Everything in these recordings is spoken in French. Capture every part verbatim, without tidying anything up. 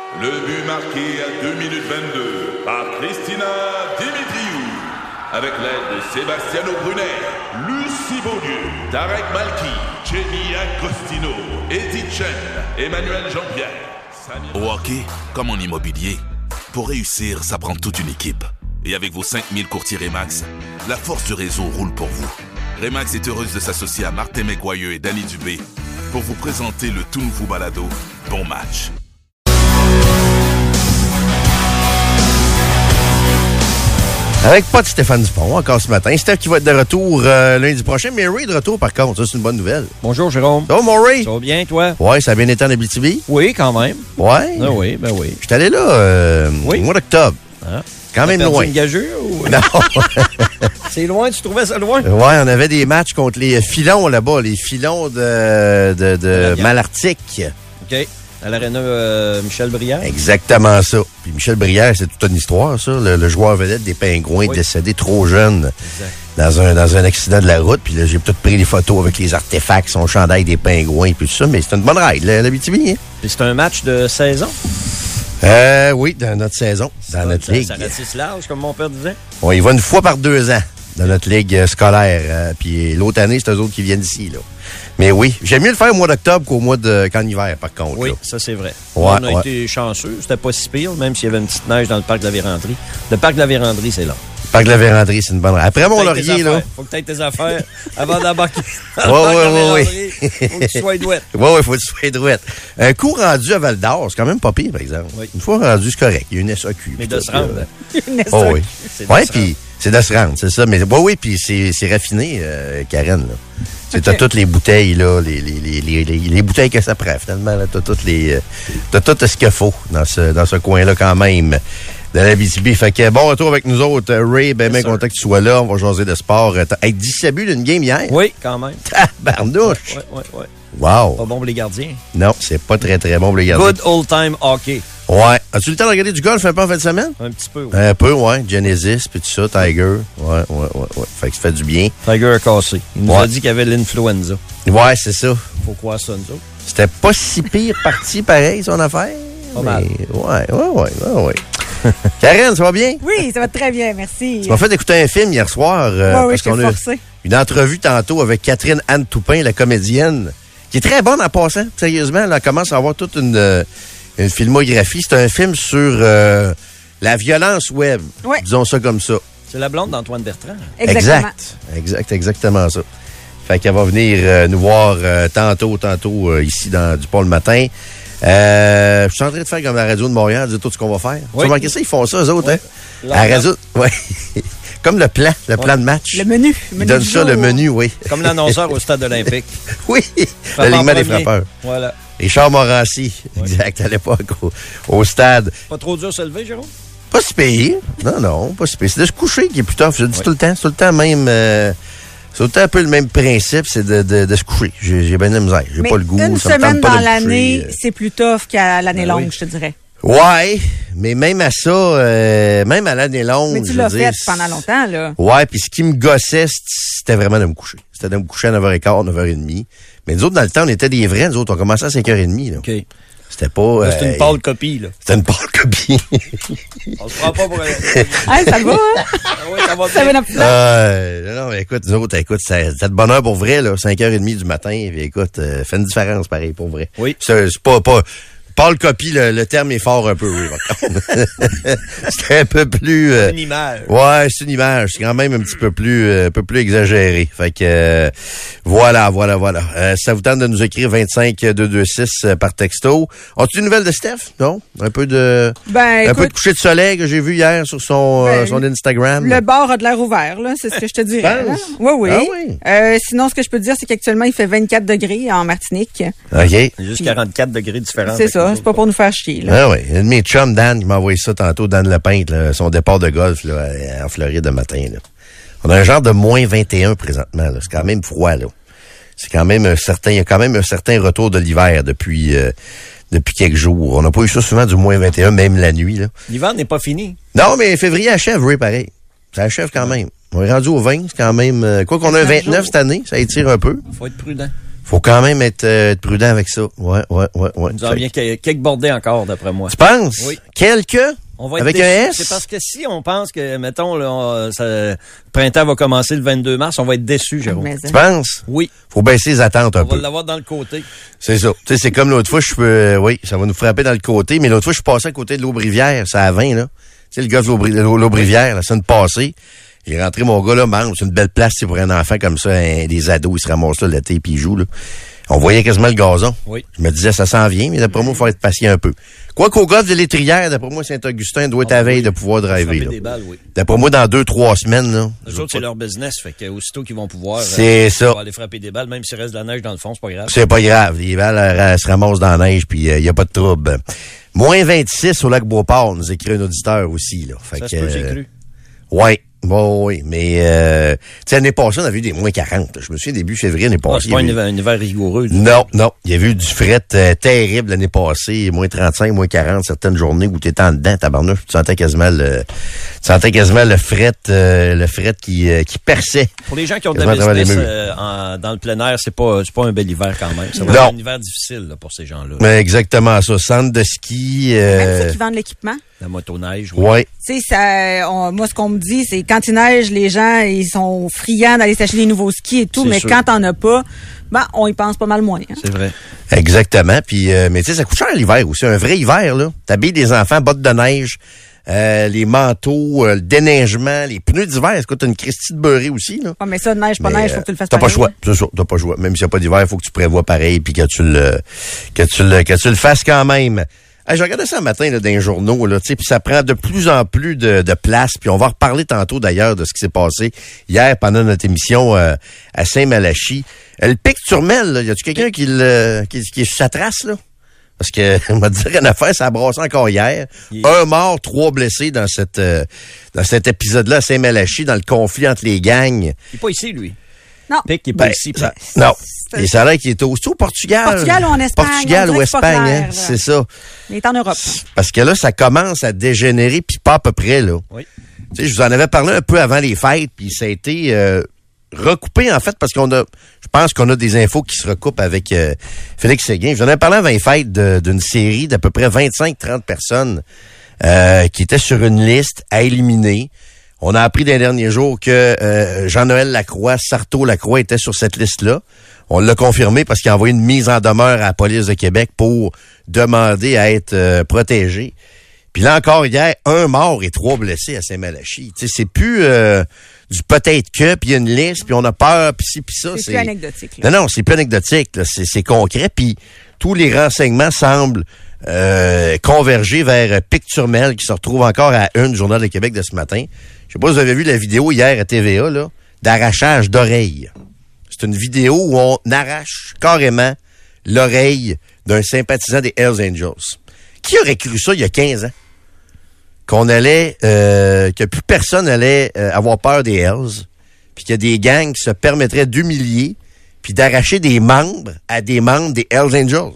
Le but marqué à deux minutes vingt-deux par Christina Dimitriou. Avec l'aide de Sebastiano Brunet, Lucie Beaulieu, Tarek Malki, Jenny Agostino, Edith Chen, Emmanuel Jean-Pierre. Samir... Au hockey, comme en immobilier, pour réussir, ça prend toute une équipe. Et avec vos cinq mille courtiers Remax, la force du réseau roule pour vous. Remax est heureuse de s'associer à Martin McGuire et Danny Dubé pour vous présenter le tout nouveau balado Bon Match. Avec pas de Stéphane Dupont encore ce matin. Steph qui va être de retour euh, lundi prochain. Mais Ray de retour par contre, ça c'est une bonne nouvelle. Bonjour Jérôme. Ça va mon Ray? Ça va bien toi? Ouais, ça a bien été en Abitibi? Oui, quand même. Ouais? Ah oui, ben oui. J'étais allé là euh, oui. au mois d'octobre. Ah. Quand même loin. Une gageure ou... Non. C'est loin, tu trouvais ça loin? Ouais, on avait des matchs contre les filons là-bas, les filons de, de, de Malartic. OK. À l'aréna euh, Michel Brière. Exactement ça. Puis Michel Brière, c'est toute une histoire, ça. Le, le joueur vedette des Pingouins oui. décédé trop jeune dans un, dans un accident de la route. Puis là, j'ai peut-être pris des photos avec les artefacts, son chandail des Pingouins et tout ça. Mais c'est une bonne ride, l'Abitibi. Hein? Puis c'est un match de saison? Euh, oui, dans notre saison, dans ça, notre ça, ligue. Ça ratisse large, comme mon père disait? On y va une fois par deux ans dans notre ligue euh, scolaire. Euh, puis l'autre année, c'est eux autres qui viennent ici, là. Mais oui, j'aime mieux le faire au mois d'octobre qu'au mois de qu'en hiver, par contre. Oui, là. ça c'est vrai. Ouais, on a ouais. été chanceux, c'était pas si pire, même s'il y avait une petite neige dans le parc de la Vérandrie. Le parc de la Vérandrie, c'est là. Le parc de la Vérandrie, c'est une bonne... Après Mont-Laurier, là... Faut que tu aies tes affaires avant d'embarquer dans ouais, le parc ouais, de la ouais, Vérandrie. ouais. Faut que tu sois douette. Oui, oui, faut que tu sois douette. Un coup rendu à Val-d'Or, c'est quand même pas pire, par exemple. Oui. Une fois rendu, c'est correct. Il y a une S A Q. Mais de se rendre. Une S A Q. Oh, oui. C'est de ouais, se puis c'est de se rendre, c'est ça. Mais oui, oui, puis c'est, c'est raffiné, euh, Karen, là. C'est okay. T'as toutes les bouteilles, là, les, les, les, les, les, les bouteilles que ça prend, finalement, là. T'as toutes les, euh, t'as tout ce qu'il faut dans ce, dans ce coin-là, quand même, de la B T B. Fait que bon retour avec nous autres. Ray, ben, bien content que tu sois là. On va jaser de sport. T'as dix-sept buts d'une game hier? Oui, quand même. Tabarnouche! Oui, oui, oui. Wow! Pas bon pour les gardiens. Non, c'est pas très, très bon pour les gardiens. Good old time hockey. Ouais. As-tu le temps de regarder du golf un peu en fin de semaine? Un petit peu, oui. Un peu, ouais. Genesis, puis tout ça, Tiger. Ouais, ouais, ouais, ouais. Fait que ça fait du bien. Tiger a cassé. Il nous ouais. a dit qu'il y avait l'influenza. Ouais, c'est ça. Faut croire ça, nous autres. C'était pas si pire parti, pareil, son affaire. Pas mais... mal. Ouais, ouais, ouais, ouais, ouais. Karen, ça va bien? Oui, ça va très bien, merci. Tu m'as fait écouter un film hier soir. Euh, ouais, oui, parce je qu'on a forcé. Une entrevue tantôt avec Catherine Anne Toupin, la comédienne, qui est très bonne en passant, sérieusement. Elle commence à avoir toute une, euh, une filmographie. C'est un film sur euh, la violence web. Ouais. Disons ça comme ça. C'est la blonde d'Antoine Bertrand. Exactement. Exact. Exact, exactement ça. Fait qu'elle va venir euh, nous voir euh, tantôt, tantôt, euh, ici dans Dupont le matin. Euh, je suis en train de faire comme la radio de Montréal, dire tout ce qu'on va faire. Oui. Tu as remarqué ça? Ils font ça, eux autres, oui. hein? À la radio, ouais. Comme le plan, le ouais. plan de match. Le menu. Ils donnent ça, le menu, oui. Comme l'annonceur au stade olympique. Oui, l'alignement des frappeurs. Voilà. Richard Morancy, oui. Exact, à l'époque, au, au stade. Pas trop dur de se lever, Jérôme? Pas si pire. Non, non, pas si pire. C'est de se coucher qui est plus tough. Je le dis oui. tout le temps. C'est tout le temps même... Euh, c'est tout le temps un peu le même principe, c'est de, de, de se coucher. J'ai, j'ai bien de la misère. J'ai mais pas le goût. Une ça semaine me tente pas dans de l'année, coucher. c'est plus tough qu'à l'année ben longue, oui. je te dirais. Ouais, mais même à ça, euh, même à l'année longue. Mais tu je l'as veux fait dire, pendant longtemps, là. Ouais, puis ce qui me gossait, c'était vraiment de me coucher. C'était de me coucher à neuf heures quinze, neuf heures trente. Mais nous autres, dans le temps, on était des vrais. Nous autres, on commençait à cinq heures trente. Là. OK. C'était pas... C'était euh, une pâle copie, là. C'était une pâle copie. On se prend pas pour... hey, ça va, hein? Ah oui, ça va ça va notre euh, Non, mais écoute, nous autres, écoute, c'est, c'est de bonheur pour vrai, là. cinq heures trente du matin, et écoute, euh, fait une différence, pareil, pour vrai. Oui. C'est, c'est pas... pas Pâle copie, le, le terme est fort un peu, oui. C'est un peu plus... Euh, c'est une image. Ouais, c'est une image. C'est quand même un petit peu plus euh, un peu plus exagéré. Fait que euh, voilà, voilà, voilà. Euh, ça vous tente de nous écrire vingt-cinq deux deux six euh, par texto. As-tu une nouvelle de Steph? Non? Un peu de ben, un écoute, peu de coucher de soleil que j'ai vu hier sur son, ben, euh, son Instagram. Le bar a de l'air ouvert, là. C'est ce que je te dirais. Oui, oui. Ah oui? Euh, sinon, ce que je peux te dire, c'est qu'actuellement, il fait vingt-quatre degrés en Martinique. OK. Il y a juste quarante-quatre degrés différents. C'est ça. C'est pas pour nous faire chier, là. Ah oui. Un de mes chums, Dan, qui m'a envoyé ça tantôt, Dan Lepinte, là, son départ de golf là, en Floride de matin. Là. On a un genre de moins vingt et un présentement. Là. C'est quand même froid, là. C'est quand même un certain, il y a quand même un certain retour de l'hiver depuis, euh, depuis quelques jours. On n'a pas eu ça souvent du moins vingt et un, même la nuit, là. L'hiver n'est pas fini. Non, mais février achève, oui, pareil. Ça achève quand même. On est rendu au vingt, c'est quand même, euh, quoi qu'on a un vingt-neuf cette année, ça étire un peu. Faut être prudent. Faut quand même être, euh, être prudent avec ça. Ouais, ouais, ouais, ouais. Nous avons bien quelques bordés encore, d'après moi. Tu penses? Oui. Quelques? On va être avec déçus. un S? C'est parce que si on pense que, mettons, là, on, ça, le printemps va commencer le vingt-deux mars, on va être déçus, Jérôme. Mais, Tu penses? Oui. Faut baisser les attentes un On peu. va l'avoir dans le côté. C'est ça. Tu sais, c'est comme l'autre fois, je peux, euh, oui, ça va nous frapper dans le côté, mais l'autre fois, je suis passé à côté de l'Aubrivière, ça à vingt, là. Tu sais, le gars de l'Aubri- l'Aubrivière, la semaine passée, il est rentré, mon gars, là, man, c'est une belle place, c'est pour un enfant comme ça, un, des ados, ils se ramassent là l'été puis ils jouent, là. On voyait quasiment le gazon. Oui. Je me disais, ça s'en vient, mais d'après moi, il faut être patient un peu. Quoi qu'au golf de l'Étrière, d'après moi, Saint-Augustin doit être à veille de pouvoir driver, là. Des balles, oui. D'après moi, dans deux, trois semaines, là. Eux autres, c'est leur business, fait que aussitôt qu'ils vont pouvoir, C'est euh, ça. ils vont aller frapper des balles, même s'il reste de la neige dans le fond, c'est pas grave. C'est pas grave. Les balles elles, elles se ramassent dans la neige, puis il euh, n'y a pas de trouble. Moins vingt-six au lac Beauport, nous écrit un auditeur aussi, là. Fait Ça que, se peut, j'ai euh, cru. Ouais. Bon, oui, mais euh, tu sais, l'année passée, on a vu des moins quarante. Je me souviens, début février, l'année Ah, passée. c'est pas un il y avait- hiver, un hiver rigoureux. Non, non. Il y a eu du fret euh, terrible l'année passée, moins trente-cinq, moins quarante, certaines journées où t'étais en dedans, tabarnouche, tu sentais quasiment le, tu sentais quasiment le fret, euh, le fret qui, euh, qui perçait. Pour les gens qui ont de la Quasiment à travers business les murs. euh, en- dans le plein air, c'est pas, c'est pas un bel hiver quand même. Ça va Non. être un hiver difficile là, pour ces gens-là. Mais exactement ça. Centre de ski, Même euh, ceux qui vendent l'équipement. La motoneige, oui. ouais. Tu sais, ça, on- moi, ce qu'on me dit, c'est quand il neige, les gens, ils sont friands d'aller s'acheter des nouveaux skis et tout, C'est mais sûr. quand t'en as pas, ben, on y pense pas mal moins. hein. C'est vrai. Exactement. Puis, euh, mais tu sais, ça coûte cher l'hiver aussi. Un vrai hiver, là. T'habilles des enfants, bottes de neige, euh, les manteaux, euh, le déneigement, les pneus d'hiver. Ça coûte une Christie de beurrée aussi, là. Ouais, mais ça, neige, pas Mais, neige, faut euh, que tu le fasses T'as pas le pareil. choix. C'est ça. T'as pas le choix. Même s'il n'y a pas d'hiver, il faut que tu prévois pareil puis que tu le, que tu le, que tu le fasses quand même. Hey, je regardais ça un matin là, dans les journaux, là, tu sais, puis ça prend de plus en plus de, de place. Puis on va reparler tantôt d'ailleurs de ce qui s'est passé hier pendant notre émission euh, à Saint-Malachie. Euh, le pic Turmel, là, y a-tu quelqu'un qui, le, qui, qui est sur sa trace, là? Parce que, on va dire une affaire, ça a brassé encore hier. Il- Un mort, trois blessés dans cette euh, dans cet épisode-là à Saint-Malachie, dans le conflit entre les gangs. Il est pas ici, lui. Non. Pic, il est pas Ben, ici. ça- puis- non. C'est- Et ça a l'air qu'il est au, c'est au Portugal. Portugal ou en Espagne, Portugal on ou dirait que c'est pas Espagne, clair, hein, là. c'est ça. Il est en Europe. Parce que là, ça commence à dégénérer, puis pas à peu près, là. Oui. Tu sais, je vous en avais parlé un peu avant les fêtes, puis ça a été euh, recoupé, en fait, parce qu'on a, je pense qu'on a des infos qui se recoupent avec euh, Félix Séguin. Je vous en avais parlé avant les fêtes de- d'une série d'à peu près vingt-cinq trente personnes euh, qui étaient sur une liste à éliminer. On a appris dans les derniers jours que euh, Jean-Noël Lacroix, Sarto Lacroix était sur cette liste-là. On l'a confirmé parce qu'il a envoyé une mise en demeure à la police de Québec pour demander à être euh, protégé. Puis là encore hier, un mort et trois blessés à Saint-Malachie. Tu sais, c'est plus euh, du peut-être que, puis il y a une liste, puis on a peur, puis ci, puis ça. C'est plus anecdotique. là. Non, non, c'est plus anecdotique. là. C'est, c'est concret, puis tous les renseignements semblent euh, converger vers euh, Pic-Turmel, qui se retrouve encore à une du Journal de Québec de ce matin. Je sais pas si vous avez vu la vidéo hier à T V A, là, d'arrachage d'oreilles. C'est une vidéo où on arrache carrément l'oreille d'un sympathisant des Hells Angels. Qui aurait cru ça il y a quinze ans? Qu'on allait, euh, que plus personne allait euh, avoir peur des Hells, puis qu'il y a des gangs qui se permettraient d'humilier, puis d'arracher des membres à des membres des Hells Angels.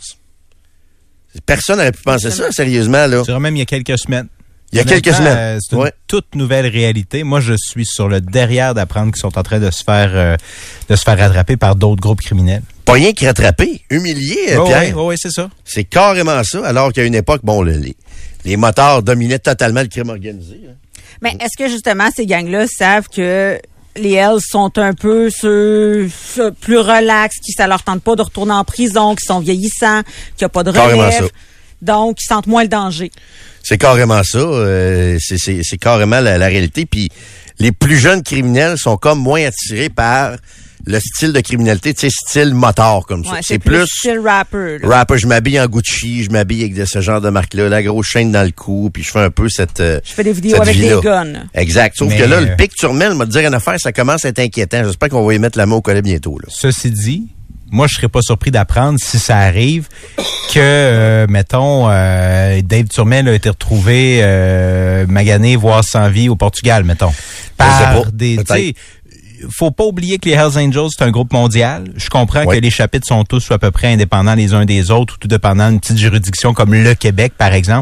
Personne n'aurait pu penser ça, sérieusement, là. Je dirais même il y a quelques semaines. Il y a quelques Honnêtement, semaines. euh, c'est une Ouais. toute nouvelle réalité. Moi, je suis sur le derrière d'apprendre qu'ils sont en train de se faire euh, de se faire rattraper par d'autres groupes criminels. Pas rien qui rattraper, humilier, euh, Oui, Pierre. oui, oui, c'est ça. C'est carrément ça, alors qu'à une époque, bon, le- les, les motards dominaient totalement le crime organisé. hein. Mais est-ce que justement ces gangs-là savent que les Hells sont un peu ceux, ceux plus relax, qui ça leur tente pas de retourner en prison, qui sont vieillissants, qu'il n'y a pas de Carrément relève, ça. donc ils sentent moins le danger. C'est carrément ça. euh, c'est, c'est, c'est carrément la, la réalité. Puis les plus jeunes criminels sont comme moins attirés par le style de criminalité, tu sais, style motard comme ça. Ouais, c'est plus style rapper. là. rapper. Je m'habille en Gucci, je m'habille avec de ce genre de marque-là, la grosse chaîne dans le cou, puis je fais un peu cette. euh, Je fais des vidéos cette avec vie-là. des guns. Exact. Sauf Mais, que là, euh, le pic Turmel m'a dit une affaire, ça commence à être inquiétant. J'espère qu'on va y mettre la main au collet bientôt. Là. Ceci dit, moi, je serais pas surpris d'apprendre, si ça arrive, que, euh, mettons, euh, Dave Turmel a été retrouvé euh, magané, voire sans vie au Portugal, mettons. Par Je sais pas, des, tu peut-être. sais, faut pas oublier que les Hells Angels, c'est un groupe mondial. Je comprends Ouais. que les chapitres sont tous à peu près indépendants les uns des autres, ou tout dépendant d'une petite juridiction comme le Québec, par exemple.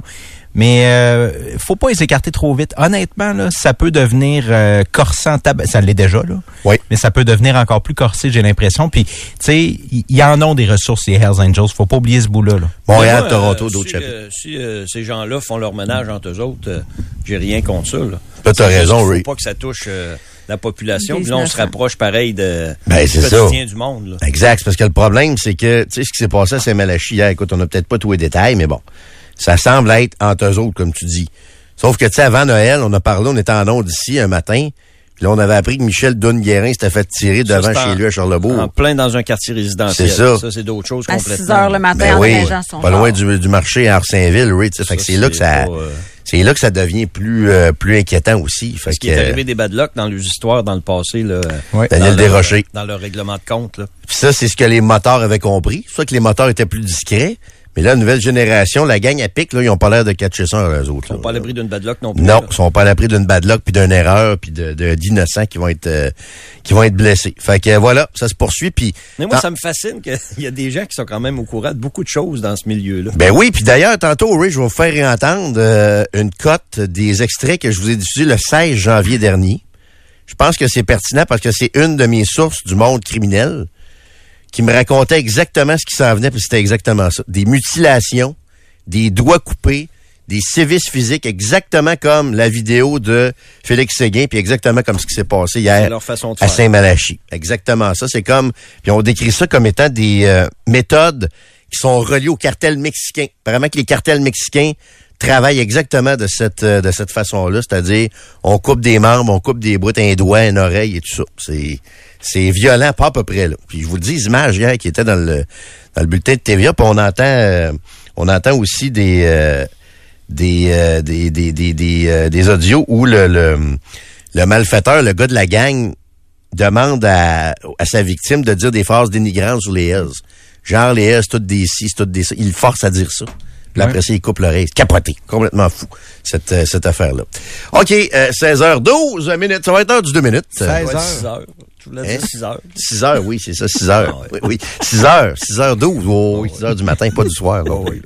Mais euh, faut pas les écarter trop vite. Honnêtement, là, ça peut devenir euh, corsant. Tab- ça l'est déjà, là. Oui. Mais ça peut devenir encore plus corsé, j'ai l'impression. Puis, tu sais, il y, y en ont des ressources, les Hells Angels. Faut pas oublier ce bout-là. Là. Montréal, moi, Toronto, euh, d'autres si, chapitres. euh, si euh, ces gens-là font leur ménage entre eux autres, euh, j'ai rien contre ça. Là. Là, t'as C'est raison, juste qu'il Ray. faut pas que ça touche euh, la population. Des Puis là, on se innocents. rapproche pareil de, Ben, du c'est ça. quotidien du monde. Là. Exact. C'est parce que le problème, c'est que, tu sais, ce qui s'est passé à Saint-Malachie hier, écoute, on n'a peut-être pas tous les détails, mais bon, ça semble être entre eux autres, comme tu dis. Sauf que, tu sais, avant Noël, on a parlé, on était en onde ici un matin, puis là, on avait appris que Michel Dunne-Guérin s'était fait tirer Ça, devant c'est chez en- lui à Charlebourg. En plein dans un quartier résidentiel. C'est ça. Ça, c'est d'autres choses À complètement. six heures le matin, Ben en oui, déneigeant son pas char. loin du, du marché à Arsainville, oui, tu sais. Fait que Ça, c'est là que ça, pas, euh, c'est là que ça devient plus, euh, plus inquiétant aussi. Fait Ce qui que, est arrivé des bad luck dans leurs histoires dans le passé, là, Ouais. Daniel dans leur- Desrochers. dans leur règlement de compte. Là. Puis ça, c'est ce que les moteurs avaient compris. Soit que les moteurs étaient plus discrets. Mais là, nouvelle génération, la gang à pic, là, ils ont pas l'air de catcher ça, eux autres. Ils sont là. pas à l'abri d'une bad luck non plus. Non, là. ils sont pas à l'abri d'une bad luck, puis d'une erreur, puis de, de- d'innocents qui vont être euh, qui vont être blessés. Fait que euh, voilà, ça se poursuit. Puis Mais moi, Ah. ça me fascine qu'il y a des gens qui sont quand même au courant de beaucoup de choses dans ce milieu-là. ben oui, puis d'ailleurs, tantôt, Ray, je vais vous faire réentendre euh, une cote des extraits que je vous ai diffusés le seize janvier dernier. Je pense que c'est pertinent parce que c'est une de mes sources du monde criminel qui me racontait exactement ce qui s'en venait, puis c'était exactement ça. Des mutilations, des doigts coupés, des sévices physiques, exactement comme la vidéo de Félix Séguin, puis exactement comme ce qui s'est passé C'est hier leur façon de à faire. Saint-Malachie. Exactement ça. C'est comme, puis on décrit ça comme étant des euh, méthodes qui sont reliées au cartel mexicain. Apparemment que les cartels mexicains travaillent exactement de cette euh, de cette façon-là, c'est-à-dire on coupe des membres, on coupe des bouts, un doigt, une oreille et tout ça. C'est c'est violent, pas à peu près là. Puis je vous le dis, les images hier qui étaient dans le dans le bulletin de T V A, puis on entend euh, on entend aussi des euh, des, euh, des des des des euh, des audios où le, le le malfaiteur, le gars de la gang demande à à sa victime de dire des phrases dénigrantes sur les Hells. Genre les Hells, c'est toutes des ci, c'est toutes des ça. Il le force à dire ça. Puis après ça, il coupe l'oreille. Capoté. Complètement fou, cette, euh, cette affaire-là. OK, euh, seize heures douze minutes. Ça va être heure du deux minutes. seize Ouais, heures. six heures. Tu voulais Hein? dire six heures. six heures, oui, c'est ça, six heures. Ah ouais. Oui, oui. six heures, six heures douze. Oh, oui, six heures du matin, pas du soir. Là. Oui.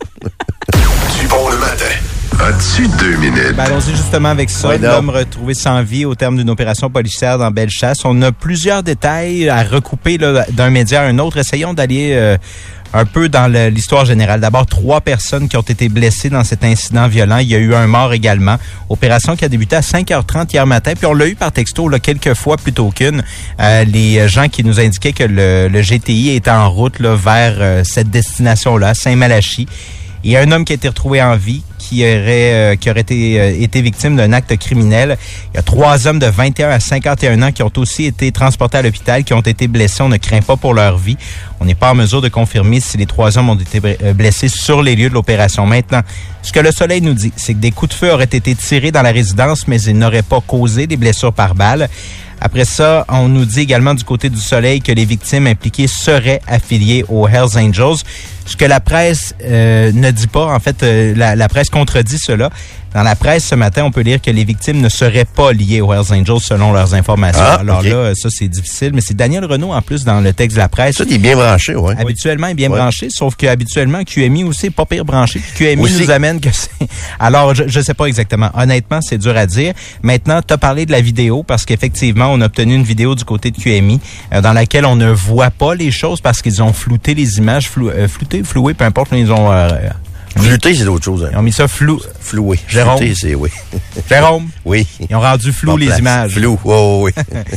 Du bon le matin. As-tu deux minutes? Ben, allons-y justement avec ça. Ouais, non. L'homme retrouvé sans vie au terme d'une opération policière dans Bellechasse. On a plusieurs détails à recouper là, d'un média à un autre. Essayons d'aller euh, un peu dans le- l'histoire générale. D'abord, trois personnes qui ont été blessées dans cet incident violent. Il y a eu un mort également. Opération qui a débuté à cinq heures trente hier matin. Puis on l'a eu par texto là, quelques fois plutôt qu'une. Euh, les gens qui nous indiquaient que le, le G T I était en route là, vers euh, cette destination-là, Saint-Malachie. Il y a un homme qui a été retrouvé en vie, qui aurait euh, qui aurait été, euh, été victime d'un acte criminel. Il y a trois hommes de vingt et un à cinquante et un ans qui ont aussi été transportés à l'hôpital, qui ont été blessés. On ne craint pas pour leur vie. On n'est pas en mesure de confirmer si les trois hommes ont été euh, blessés sur les lieux de l'opération. Maintenant, ce que le Soleil nous dit, c'est que des coups de feu auraient été tirés dans la résidence, mais ils n'auraient pas causé des blessures par balle. Après ça, on nous dit également du côté du Soleil que les victimes impliquées seraient affiliées aux Hells Angels. Ce que la presse euh, ne dit pas, en fait, euh, la, la presse contredit cela. Dans la presse ce matin, on peut lire que les victimes ne seraient pas liées aux Hells Angels selon leurs informations. Ah, Alors ok. là, ça c'est difficile, mais c'est Daniel Renaud en plus dans le texte de la presse. Ça, t'es bien branché, ouais. Habituellement, il est bien Ouais. branché, sauf qu'habituellement, Q M I aussi est pas pire branché. Puis Q M I Aussi. nous amène que c'est... Alors, je, je sais pas exactement. Honnêtement, c'est dur à dire. Maintenant, tu as parlé de la vidéo parce qu'effectivement, on a obtenu une vidéo du côté de Q M I euh, dans laquelle on ne voit pas les choses parce qu'ils ont flouté les images, flou, euh, flouté, floué, peu importe, mais ils ont... Euh, Fluté, c'est d'autres choses. ils Hein. ont mis ça flou. Floué. Jérôme. Fluté, c'est, oui. Jérôme, Oui. ils ont rendu flou Bon les place. images. Flou, oh, oui.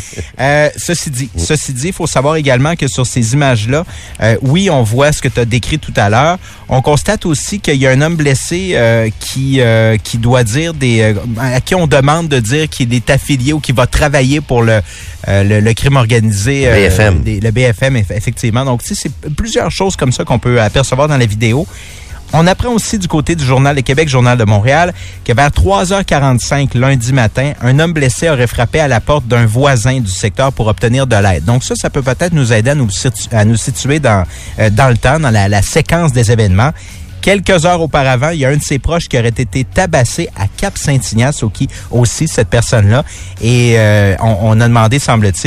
Euh, ceci dit, ceci dit, il faut savoir également que sur ces images-là, euh, oui, on voit ce que tu as décrit tout à l'heure. On constate aussi qu'il y a un homme blessé euh, qui euh, qui doit dire des euh, à qui on demande de dire qu'il est affilié ou qu'il va travailler pour le euh, le, le crime organisé, euh, B F M. des- le B F M eff- effectivement. Donc, tu sais, c'est plusieurs choses comme ça qu'on peut apercevoir dans la vidéo. On apprend aussi du côté du Journal de Québec, Journal de Montréal, que vers trois heures quarante-cinq lundi matin, un homme blessé aurait frappé à la porte d'un voisin du secteur pour obtenir de l'aide. Donc ça, ça peut peut-être nous aider à nous, situ- à nous situer dans, euh, dans le temps, dans la, la séquence des événements. Quelques heures auparavant, il y a un de ses proches qui aurait été tabassé à Cap-Saint-Ignace, au qui aussi cette personne-là. Et euh, on, on a demandé, semble-t-il,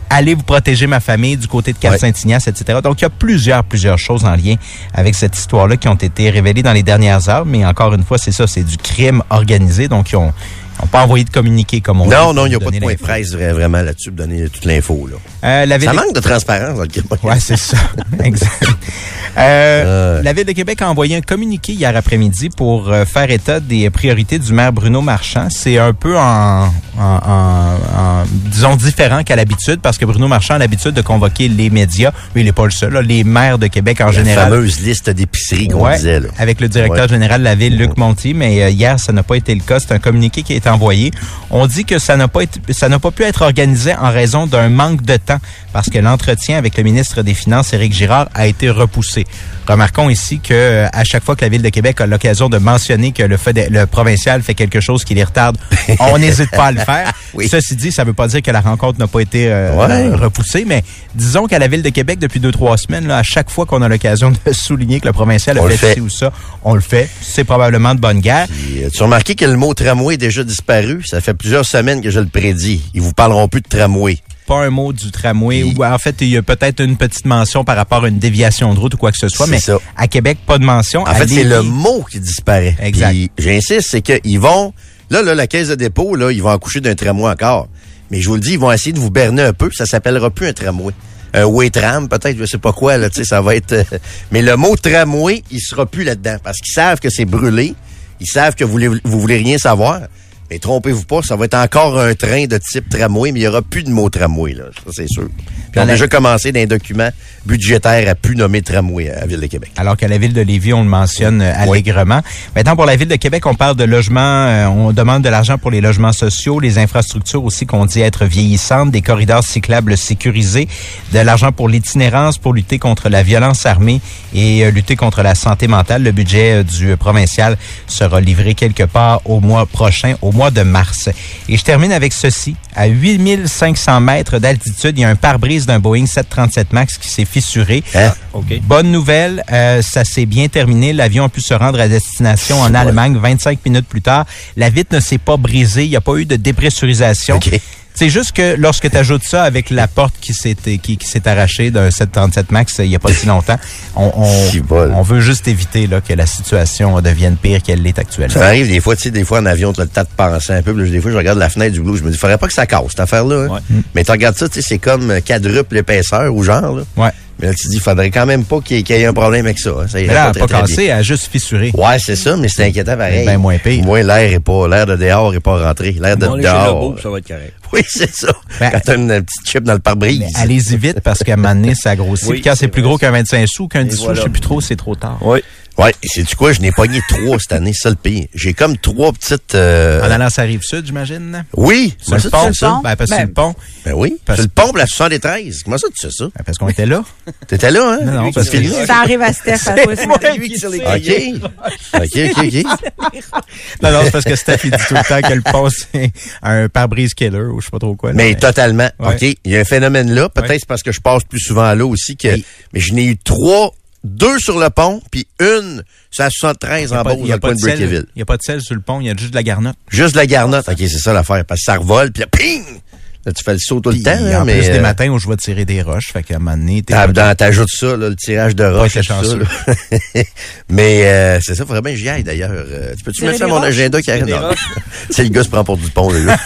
allez vous protéger ma famille du côté de Cap-Saint-Ignace, et cetera. Donc, il y a plusieurs, plusieurs choses en lien avec cette histoire-là qui ont été révélées dans les dernières heures. Mais encore une fois, c'est ça, c'est du crime organisé. Donc, ils ont, ils ont pas envoyé de communiqué comme on dit. Non, non, il n'y a pas de point de presse vraiment là-dessus pour donner toute l'info. Là. Euh, la ville ça de... manque de transparence dans le crime. Ouais, c'est ça. Exact. Euh, euh... La Ville de Québec a envoyé un communiqué hier après-midi pour euh, faire état des priorités du maire Bruno Marchand. C'est un peu en, en, en, en disons, différent qu'à l'habitude, parce que Bruno Marchand a l'habitude de convoquer les médias, mais il n'est pas le seul, là, les maires de Québec en la général. La fameuse liste d'épiceries qu'on ouais, disait. Là. Avec le directeur ouais. général de la Ville, Luc Monti, mais euh, hier, ça n'a pas été le cas. C'est un communiqué qui a été envoyé. On dit que ça n'a pas été, ça n'a pas pu être organisé en raison d'un manque de temps, parce que l'entretien avec le ministre des Finances, Éric Girard, a été repoussé. Remarquons ici que euh, à chaque fois que la Ville de Québec a l'occasion de mentionner que le, fédé- le provincial fait quelque chose qui les retarde, on n'hésite pas à le faire. Oui. Ceci dit, ça ne veut pas dire que la rencontre n'a pas été euh, ouais. repoussée, mais disons qu'à la Ville de Québec, depuis deux, trois semaines, là, à chaque fois qu'on a l'occasion de souligner que le provincial a fait, fait ci ou ça, on le fait. C'est probablement de bonne guerre. Puis, as-tu remarqué que le mot tramway est déjà disparu? Ça fait plusieurs semaines que je le prédis. Ils vous parleront plus de tramway. Pas un mot du tramway. Ou en fait, il y a peut-être une petite mention par rapport à une déviation de route ou quoi que ce soit, c'est mais ça. À Québec, pas de mention. En à fait, Lévis, c'est le mot qui disparaît. Exact. Puis, j'insiste, c'est qu'ils vont... Là, là, la caisse de dépôt, là, ils vont accoucher d'un tramway encore. Mais je vous le dis, ils vont essayer de vous berner un peu. Ça s'appellera plus un tramway. Un way-tram, peut-être, je sais pas quoi, là, tu sais, ça va être... Euh... Mais le mot tramway, il sera plus là-dedans. Parce qu'ils savent que c'est brûlé. Ils savent que vous voulez, vous voulez rien savoir. Mais trompez-vous pas, ça va être encore un train de type tramway, mais il n'y aura plus de mot tramway, là. Ça, c'est sûr. Puis on a déjà commencé dans un document budgétaire à plus nommer tramway à la Ville de Québec. Alors qu'à la Ville de Lévis, on le mentionne oui. allègrement. Maintenant, pour la Ville de Québec, on parle de logements, euh, on demande de l'argent pour les logements sociaux, les infrastructures aussi qu'on dit être vieillissantes, des corridors cyclables sécurisés, de l'argent pour l'itinérance, pour lutter contre la violence armée et euh, lutter contre la santé mentale. Le budget euh, du euh, provincial sera livré quelque part au mois prochain, au mois de mars. Et je termine avec ceci. À huit mille cinq cents mètres d'altitude, il y a un pare-brise d'un Boeing sept cent trente-sept MAX qui s'est fissuré. Hein? Okay. Bonne nouvelle, euh, ça s'est bien terminé. L'avion a pu se rendre à destination en Allemagne vingt-cinq minutes plus tard. La vitre ne s'est pas brisée. Il n'y a pas eu de dépressurisation. Okay. C'est juste que lorsque tu ajoutes ça avec la porte qui s'est qui, qui s'est arrachée d'un sept cent trente-sept MAX il n'y a pas si longtemps, on, on, on veut juste éviter là, que la situation devienne pire qu'elle l'est actuellement. Ça arrive des fois, tu sais, des fois en avion, tu as le temps de penser un peu. Puis des fois, je regarde la fenêtre du Blue, je me dis, il faudrait pas que ça casse, cette affaire-là. Hein? Ouais. Mais tu regardes ça, tu sais, c'est comme quadruple épaisseur ou genre. Là. Ouais. Mais là, tu te dis, il faudrait quand même pas qu'il y, qu'il y ait un problème avec ça. Hein. Ça mais là, elle n'a pas cassé, elle a juste fissuré. Ouais, c'est ça, mais c'est inquiétant pareil. Ben moins pire. Moins l'air est pas, l'air de dehors est pas rentré. L'air de bon, dehors. Beau, ça va être correct. Oui, c'est ça. Ben, quand t'as une, une petite chip dans le pare-brise. Allez-y vite parce qu'à un moment donné, ça grossit. Oui, puis quand c'est, c'est plus gros qu'un vingt-cinq sous, qu'un dix voilà. sous, je sais plus trop, c'est trop tard. Oui. Ouais, sais-tu quoi? Je n'ai pogné trois cette année, c'est ça le pire. J'ai comme trois petites... Euh... En allant sur la Rive-Sud, j'imagine? Oui. Sur le pont, ça? Ben, parce que ben, sur le pont. Ben oui. Parce... Sur le pont, la soixante-treize. Comment ça, tu sais ça? Ben, parce qu'on était là. T'étais là, hein? Non, non, parce que... Ça arrive à Steph. C'est moi qui sur les OK. OK, OK, OK. Non, non, c'est parce que Steph, il dit tout le temps que le pont, c'est un pare-brise killer ou je sais pas trop quoi. Là, mais, mais totalement. Ouais. OK. Il y a un phénomène là. Peut-être ouais. c'est parce que je passe plus souvent là aussi que... Oui. Mais je n'ai eu trois... Deux sur le pont, puis une sur la soixante-treize en Beauce, dans le coin de Brickeville. Il n'y a pas de sel sur le pont, il y a juste de la garnotte. Juste de la garnotte. OK, c'est ça l'affaire. Parce que ça revole, puis là, ping! Là, tu fais le saut tout le temps. En mais plus, euh... des matins où je vais tirer des roches, fait qu'à un moment donné... T'ajoutes ça, là, le tirage de roches, tout ça. Là. Mais euh, c'est ça, il faudrait bien que j'y aille, d'ailleurs. Euh, tu peux-tu mettre ça à mon agenda, Karine? C'est le gars se prend pour du pont, là.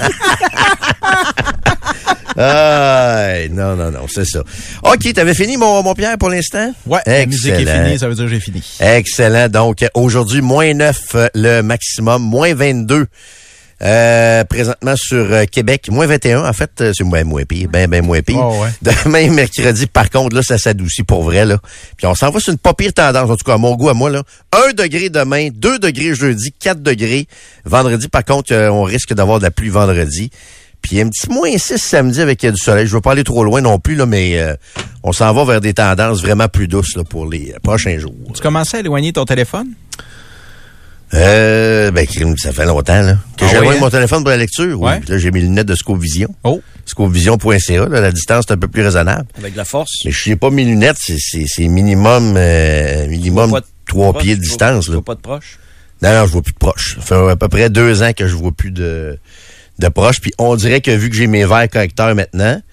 Ah, non, non, non, c'est ça. OK, t'avais fini, mon, mon Pierre, pour l'instant? Ouais, excellent. La musique est finie, ça veut dire que j'ai fini. Excellent. Donc, aujourd'hui, moins neuf le maximum, moins vingt-deux euh, présentement sur euh, Québec. moins vingt et un, en fait, c'est moins, moins pire, ben, ben moins pire. Oh, ouais. Demain, mercredi, par contre, là, ça s'adoucit pour vrai, là. Puis on s'en va sur une pas pire tendance, en tout cas, à mon goût, à moi, là. un degré demain, deux degrés jeudi, quatre degrés. Vendredi, par contre, euh, on risque d'avoir de la pluie vendredi. Puis un petit moins six samedi avec du soleil. Je veux pas aller trop loin non plus, là, mais euh, on s'en va vers des tendances vraiment plus douces là, pour les prochains jours. Tu commençais à éloigner ton téléphone? Euh, ben, ça fait longtemps, là. Que ah j'ai éloigné oui, hein? mon téléphone pour la lecture. Ouais. Oui. Là, j'ai mes lunettes de Scovision. Oh. Scovision point c a, là, la distance est un peu plus raisonnable. Avec de la force. Mais je sais pas mes lunettes, c'est, c'est, c'est minimum, euh, minimum trois pieds de distance, tu là. vois pas de proche? Non, non, je vois plus de proche. Ça fait à peu près deux ans que je vois plus de, de proche. Puis on dirait que vu que j'ai mes verres correcteurs maintenant,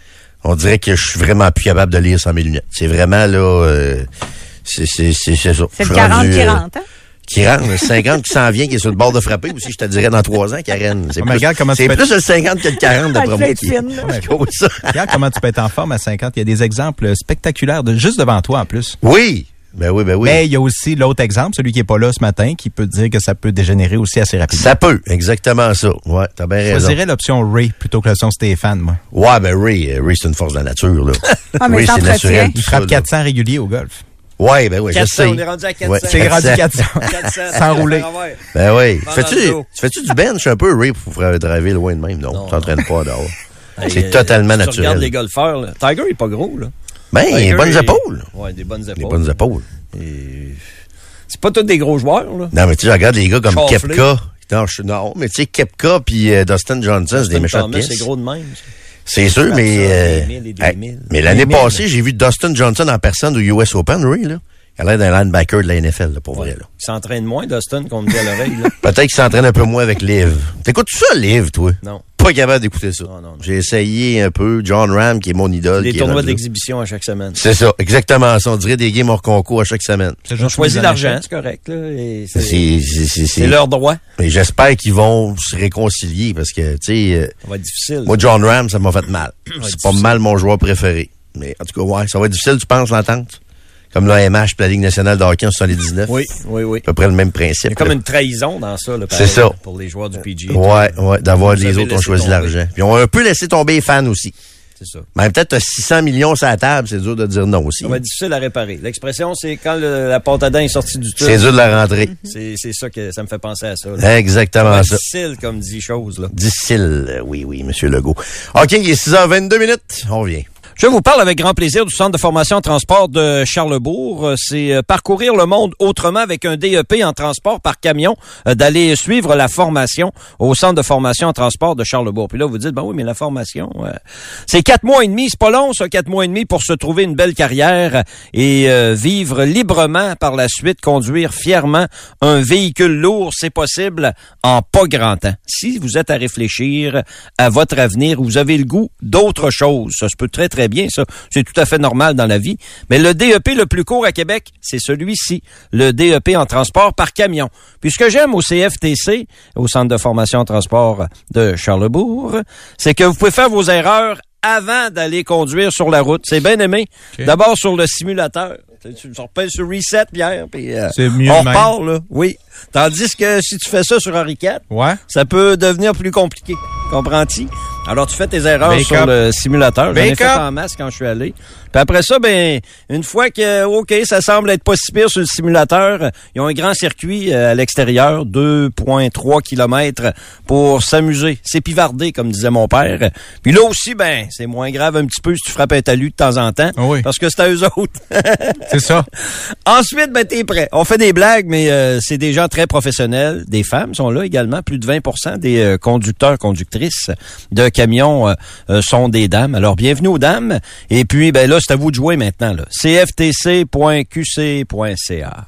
on dirait que je suis vraiment plus capable de lire sans mes lunettes. C'est vraiment, là, euh, c'est, c'est, c'est, c'est ça. C'est le quarante rendu, qui euh, rentre, hein? Qui rentre, le cinquante qui s'en vient, qui est sur le bord de frapper aussi, je te dirais dans trois ans, Karen. C'est Oh, mais plus, regarde comment tu c'est peux plus le cinquante que le quarante, d'après Elle moi, fait qui, fine, là. qui cause ça. Regarde comment tu peux être en forme à cinquante. Il y a des exemples spectaculaires de juste devant toi en plus. Oui, ben oui, ben oui. Mais il y a aussi l'autre exemple, celui qui est pas là ce matin, qui peut dire que ça peut dégénérer aussi assez rapidement. Ça peut, exactement ça. Ouais, t'as bien Je raison. choisirais l'option Ray plutôt que l'option Stéphane, moi. Ouais, ben Ray, euh, Ray, c'est une force de la nature, là. Ah, mais Ray, c'est s'entretient. naturel. Il tout ça, frappe là. quatre cents réguliers au golf. Ouais, ben oui, je quatre cents, sais. on est rendu à quatre cents. Ouais, C'est rendu quatre cents. quatre cents. Sans rouler. Ben oui. Pendant Fais-tu, le dos. fais-tu du bench un peu, Ray, pour faire driver loin de même? Non, Non, tu t'entraînes pas dehors. Hey, C'est euh, totalement si Tu naturel. regardes les golfeurs, là. Tiger, il est pas gros, là. Ben, Tiger, bonnes il- épaules. Ouais, des bonnes épaules. Des bonnes épaules. Et... C'est pas tous des gros joueurs, là. Non, mais tu sais, regarde les gars comme Chaufflé. Koepka. Non, je, non, mais tu sais, Koepka puis euh, Dustin Johnson, c'est des méchants de Thomas, pièces. c'est gros de même. ça. C'est sûr, Ça, mais... ça, euh, des mille et des hey, mille. mais l'année Des mille. passée, j'ai vu Dustin Johnson en personne au U S Open, Ray, là. Il a l'air d'un linebacker de la N F L, là, pour vrai, là. Il s'entraîne moins, Dustin, qu'on me dit à l'oreille, là. Peut-être qu'il s'entraîne un peu moins avec Liv. T'écoutes ça, Liv, toi? Non. Pas capable d'écouter ça. Non, non, non. J'ai essayé un peu. John Ram, qui est mon idole. Des qui est tournois rendu là. d'exhibition à chaque semaine. C'est ça, exactement ça. On dirait des games hors concours à chaque semaine. C'est Ils ont juste choisi mis en l'argent, échec. c'est correct, là. et C'est, C'est c'est, c'est, c'est, c'est leur droit. Et j'espère qu'ils vont se réconcilier parce que, tu sais, euh, Ça va être difficile. moi, John Ram, ça m'a fait mal. va C'est être pas difficile. mal mon joueur préféré. Mais en tout cas, ouais, ça va être difficile, tu penses, l'entente? Comme l'A M H et la Ligue nationale de hockey en soixante-dix-neuf. Oui, oui, oui. À peu près le même Il y principe. a comme là. une trahison dans ça, là, C'est pareil, ça. pour les joueurs du P G A. Ouais, ouais, d'avoir Vous les avez autres ont laissé choisi tomber. l'argent. Puis on a un peu laissé tomber les fans aussi. C'est ça. Mais peut-être t'as six cents millions sur la table, c'est dur de dire non aussi. Ça va être difficile à réparer. L'expression, c'est quand le- la pâte à dents est sortie du tube. C'est dur de la rentrer. C'est c'est ça que ça me fait penser à ça. là. Ça va Exactement être ça. difficile comme dit chose, là. Difficile, euh, oui, oui, Monsieur Legault. OK, il est six heures vingt-deux minutes. On revient. Je vous parle avec grand plaisir du Centre de formation en transport de Charlebourg. C'est euh, parcourir le monde autrement avec un D E P en transport par camion, euh, d'aller suivre la formation au Centre de formation en transport de Charlebourg. Puis là, vous dites, ben oui, mais la formation, euh, c'est quatre mois et demi. C'est pas long, ça, quatre mois et demi pour se trouver une belle carrière et euh, vivre librement par la suite, conduire fièrement un véhicule lourd, c'est possible en pas grand temps. Si vous êtes à réfléchir à votre avenir, vous avez le goût d'autre chose. Ça se peut très, très bien, ça. C'est tout à fait normal dans la vie. Mais le D E P le plus court à Québec, c'est celui-ci, le D E P en transport par camion. Puis ce que j'aime au C F T C, au Centre de formation en transport de Charlebourg, c'est que vous pouvez faire vos erreurs avant d'aller conduire sur la route. C'est bien aimé. Okay. D'abord sur le simulateur. Tu tu repères sur Reset, Pierre, puis euh, C'est mieux on de même. repart, là. Oui. Tandis que si tu fais ça sur Henri quatre, Ouais. ça peut devenir plus compliqué. Comprends-tu? Alors, tu fais tes erreurs Wake sur up. le simulateur. J'en ai Wake fait up. en masse quand je suis allé. Puis après ça, ben, une fois que, OK, ça semble être pas si pire sur le simulateur, ils ont un grand circuit euh, à l'extérieur, deux virgule trois kilomètres pour s'amuser. C'est pivardé, comme disait mon père. Puis là aussi, ben, c'est moins grave un petit peu si tu frappes un talus de temps en temps. Ah oui. Parce que c'est à eux autres. C'est ça. Ensuite, ben, t'es prêt. On fait des blagues, mais euh, c'est des gens très professionnels. Des femmes sont là également. Plus de vingt pour cent des euh, conducteurs, conductrices de camions euh, euh, sont des dames. Alors, bienvenue aux dames. Et puis, ben là, c'est à vous de jouer maintenant. Là. c f t c point q c point c a.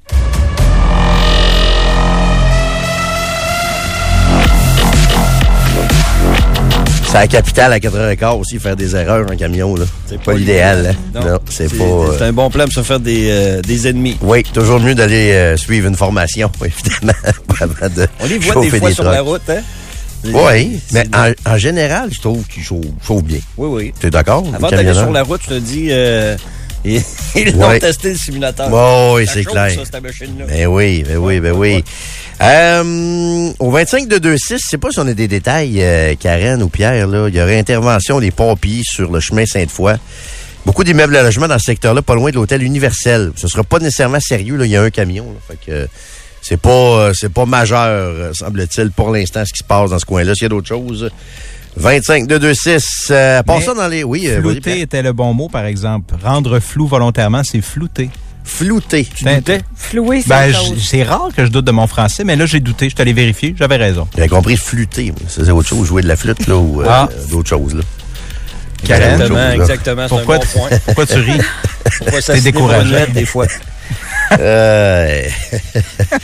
C'est la capitale à quatre heures quinze aussi, faire des erreurs en camion, là. C'est pas l'idéal, hein. Non, Non, c'est pas... C'est euh, un bon plan pour se faire des, euh, des ennemis. Oui, toujours mieux d'aller euh, suivre une formation, évidemment, avant de On les voit chauffer des fois sur trucks. la route, hein? Oui, mais C'est- en, en général, je trouve qu'ils chauffent, chauffent bien. Oui, oui. Tu es d'accord? Avant le d'aller camionneur? sur la route, je te dis, euh, ils ils l'ont Ouais. testé le simulateur. Oh, oui, Ça c'est chauffe, clair. ça, cette machine-là. Ben oui, ben oui, ben oui. Euh, au vingt-cinq de deux six, je sais pas si on a des détails, euh, Karen ou Pierre, là. Il y aurait intervention des pompiers sur le chemin Sainte-Foy. Beaucoup d'immeubles à logement dans ce secteur-là, pas loin de l'hôtel Universel. Ce sera pas nécessairement sérieux, là. Il y a un camion, là. Fait que, euh, c'est pas, euh, c'est pas majeur, euh, semble-t-il, pour l'instant, ce qui se passe dans ce coin-là. S'il y a d'autres choses. vingt-cinq de deux six, euh, passe Mais ça dans les, oui, euh, vas-y, Flouter Pierre. était le bon mot, par exemple. Rendre flou volontairement, c'est flouter. Flouté. Tu doutais? Floué, c'est Ben, autre j- chose. c'est rare que je doute de mon français, mais là, j'ai douté. Je suis allé vérifier. J'avais raison. J'avais compris flûter. moi. Ça, c'est autre chose, jouer de la flûte, là, ou euh, Ah. d'autres choses, là. Karen, Exactement, chose, là. exactement. C'est un Pourquoi, bon t- point. pourquoi tu ris? Pourquoi ça T'es se découragé. découragé des fois? Euh...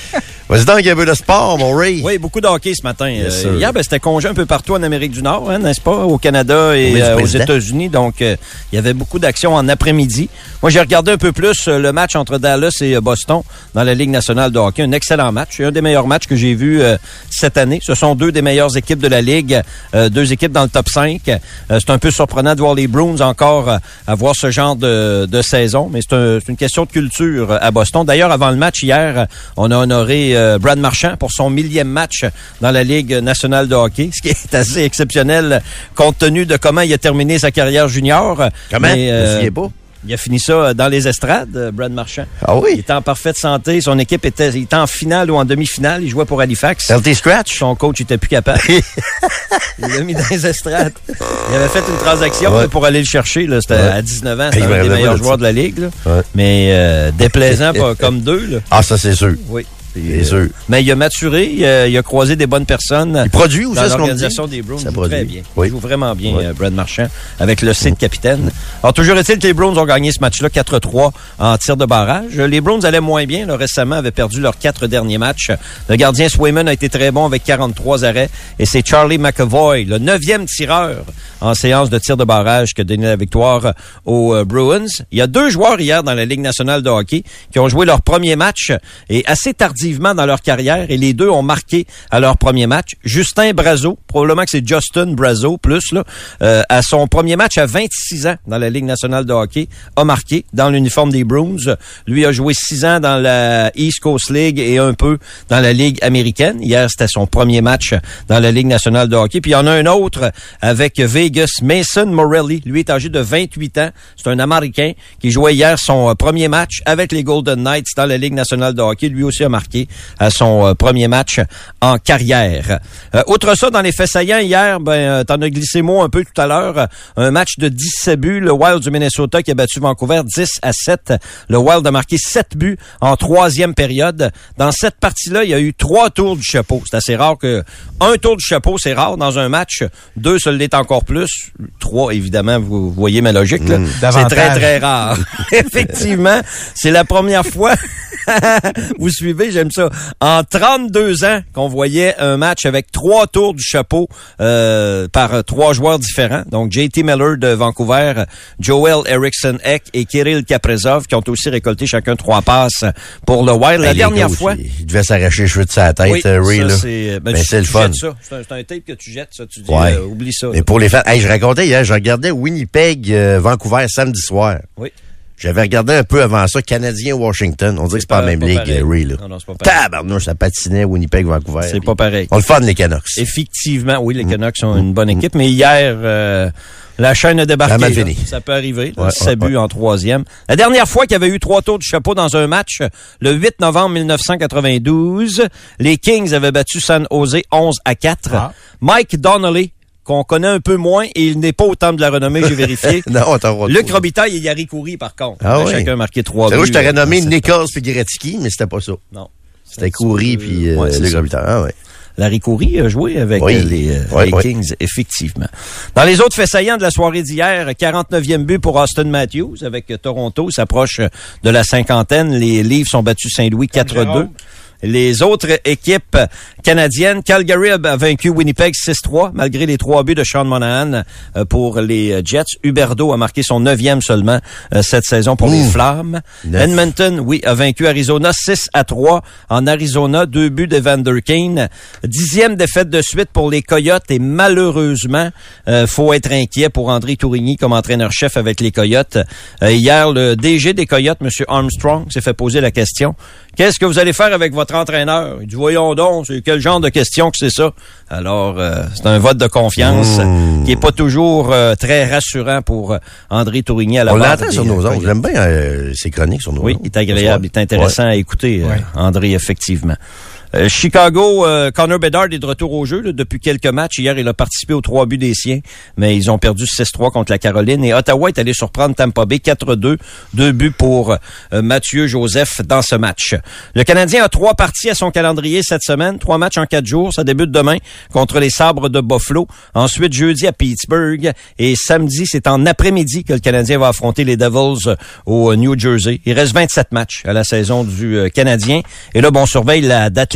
Vas-y donc, il y a un peu de sport, mon Ray. Oui, beaucoup de hockey ce matin. Yes, euh, hier, ben, c'était congé un peu partout en Amérique du Nord, hein, n'est-ce pas? Au Canada et Oui, euh, aux États-Unis. Donc, euh, il y avait beaucoup d'actions en après-midi. Moi, j'ai regardé un peu plus euh, le match entre Dallas et euh, Boston dans la Ligue nationale de hockey. Un excellent match. C'est un des meilleurs matchs que j'ai vus euh, cette année. Ce sont deux des meilleures équipes de la Ligue. Euh, deux équipes dans le top cinq. Euh, c'est un peu surprenant de voir les Bruins encore euh, avoir ce genre de, de saison. Mais c'est, un, c'est une question de culture euh, à Boston. D'ailleurs, avant le match hier, on a honoré euh, Brad Marchand pour son millième match dans la Ligue nationale de hockey, ce qui est assez exceptionnel compte tenu de comment il a terminé sa carrière junior. Comment? Mais, euh, Je ne pas. Il a fini ça dans les estrades, Brad Marchand. Ah oui? Il était en parfaite santé. Son équipe était, il était en finale ou en demi-finale. Il jouait pour Halifax. Healthy scratch? Son coach était plus capable. Il l'a mis dans les estrades. Il avait fait une transaction ouais. là, pour aller le chercher. Là. C'était ouais. à dix-neuf ans. C'était hey, un des meilleurs joueurs ça. de la Ligue. Là. Ouais. Mais euh, déplaisant pas comme deux. Là. Ah, ça, c'est sûr. Oui. C'est sûr. Mais il a maturé, il a, il a croisé des bonnes personnes. Il produit aussi, dans ce qu'on dit. l'organisation des Browns. Ça Il joue produit. très bien. Oui. Il joue vraiment bien, oui. euh, Brad Marchand, avec le C de capitaine. Alors, toujours est-il que les Browns ont gagné ce match-là quatre trois en tir de barrage. Les Browns allaient moins bien, là, récemment, avaient perdu leurs quatre derniers matchs. Le gardien Swayman a été très bon avec quarante-trois arrêts. Et c'est Charlie McAvoy, le neuvième tireur en séance de tir de barrage qui a donné la victoire aux euh, Bruins. Il y a deux joueurs hier dans la Ligue nationale de hockey qui ont joué leur premier match et assez tardivement dans leur carrière. Et les deux ont marqué à leur premier match. Justin Brazeau, probablement que c'est Justin Brazeau plus, là, euh, à son premier match à vingt-six ans dans la Ligue nationale de hockey, a marqué dans l'uniforme des Bruins. Lui a joué six ans dans la East Coast League et un peu dans la Ligue américaine. Hier, c'était son premier match dans la Ligue nationale de hockey. Puis il y en a un autre avec Vegas, Mason Morelli. Lui est âgé de vingt-huit ans. C'est un Américain qui jouait hier son premier match avec les Golden Knights dans la Ligue nationale de hockey. Lui aussi a marqué à son euh, premier match en carrière. Euh, outre ça, dans les faits saillants, hier, ben, euh, t'en as glissé mot un peu tout à l'heure, euh, un match de dix-sept buts, le Wild du Minnesota qui a battu Vancouver dix à sept. Le Wild a marqué sept buts en troisième période. Dans cette partie-là, il y a eu trois tours du chapeau. C'est assez rare que un tour du chapeau, c'est rare dans un match. Deux, ça l'est encore plus. Trois, évidemment, vous voyez ma logique, là. Mmh, c'est très, très rare. Effectivement, c'est la première fois. Vous suivez, j'aime ça. En trente-deux ans qu'on voyait un match avec trois tours du chapeau euh, par euh, trois joueurs différents. Donc, J T Miller de Vancouver, Joel Eriksson-Ek et Kirill Kaprizov qui ont aussi récolté chacun trois passes pour le Wild. Ben, La dernière gars, fois... Il devait s'arracher les cheveux de sa tête, Oui, euh, Ray, ça, là. c'est, ben, Ben, tu, c'est le tu fun. jettes ça. C'est un, c'est un tape que tu jettes, ça. Tu dis, Ouais. euh, oublie ça. Mais là. pour les fans, hey, je racontais hier, je regardais Winnipeg, euh, Vancouver samedi soir. Oui. J'avais regardé un peu avant ça, Canadien-Washington. On dirait que c'est pas la même pas ligue, pareil. Ray, là. Non, non, c'est pas pareil. Tabarnouche, ça patinait Winnipeg-Vancouver. C'est pas pareil. On le fun, les Canucks. Effectivement, oui, les Canucks sont une bonne équipe, mais hier, euh, la chaîne a débarqué. Ça a mal là. fini. Ça peut arriver. Ouais, sept ouais, buts ouais. en troisième. La dernière fois qu'il y avait eu trois tours du chapeau dans un match, le huit novembre mille neuf cent quatre-vingt-douze, les Kings avaient battu San Jose onze à quatre. Ah. Mike Donnelly, qu'on connaît un peu moins, et il n'est pas au temple de la renommée, j'ai vérifié. non, attends, Luc Robitaille et Yari Coury, par contre. Ah Ils ont oui. Chacun marqué trois C'est buts. vrai, je t'aurais euh, nommé dans cette Nichols puis Gretzky, mais c'était pas ça. Non. C'était Coury puis euh, Ouais, c'est Luc ça. Robitaille. Ah ouais. Larry Coury a joué avec Oui. euh, les, euh, Oui, les oui. Kings, effectivement. Dans les autres faits saillants de la soirée d'hier, quarante-neuvième but pour Austin Matthews avec euh, Toronto. Il s'approche euh, de la cinquantaine. Les Leafs ont battu Saint-Louis quatre deux. Les autres équipes canadiennes, Calgary a vaincu Winnipeg six trois, malgré les trois buts de Sean Monahan euh, pour les Jets. Huberdeau a marqué son neuvième seulement euh, cette saison pour Mmh. les Flammes. Neuf. Edmonton, oui, a vaincu Arizona six à trois. En Arizona, deux buts de Vander Kane. Dixième défaite de suite pour les Coyotes et malheureusement, euh, faut être inquiet pour André Tourigny comme entraîneur-chef avec les Coyotes. Euh, hier, le D G des Coyotes, M. Armstrong, s'est fait poser la question. Qu'est-ce que vous allez faire avec votre entraîneur? Il dit, voyons donc, c'est quel genre de question que c'est ça? Alors, euh, c'est un vote de confiance Mmh. qui est pas toujours euh, très rassurant pour euh, André Tourigny à la On barre l'entend des, sur nos euh, ondes. Coyotes. J'aime bien euh, ses chroniques sur nos Oui, ondes. il est agréable, il est intéressant Ouais. à écouter, euh, Ouais. André, effectivement. Euh, Chicago, euh, Connor Bedard est de retour au jeu là, depuis quelques matchs. Hier, il a participé aux trois buts des siens, mais ils ont perdu six trois contre la Caroline. Et Ottawa est allé surprendre Tampa Bay quatre deux. Deux buts pour euh, Mathieu Joseph dans ce match. Le Canadien a trois parties à son calendrier cette semaine. Trois matchs en quatre jours. Ça débute demain contre les Sabres de Buffalo. Ensuite, jeudi à Pittsburgh. Et samedi, c'est en après-midi que le Canadien va affronter les Devils au New Jersey. Il reste vingt-sept matchs à la saison du euh, Canadien. Et là, bon, on surveille la date limite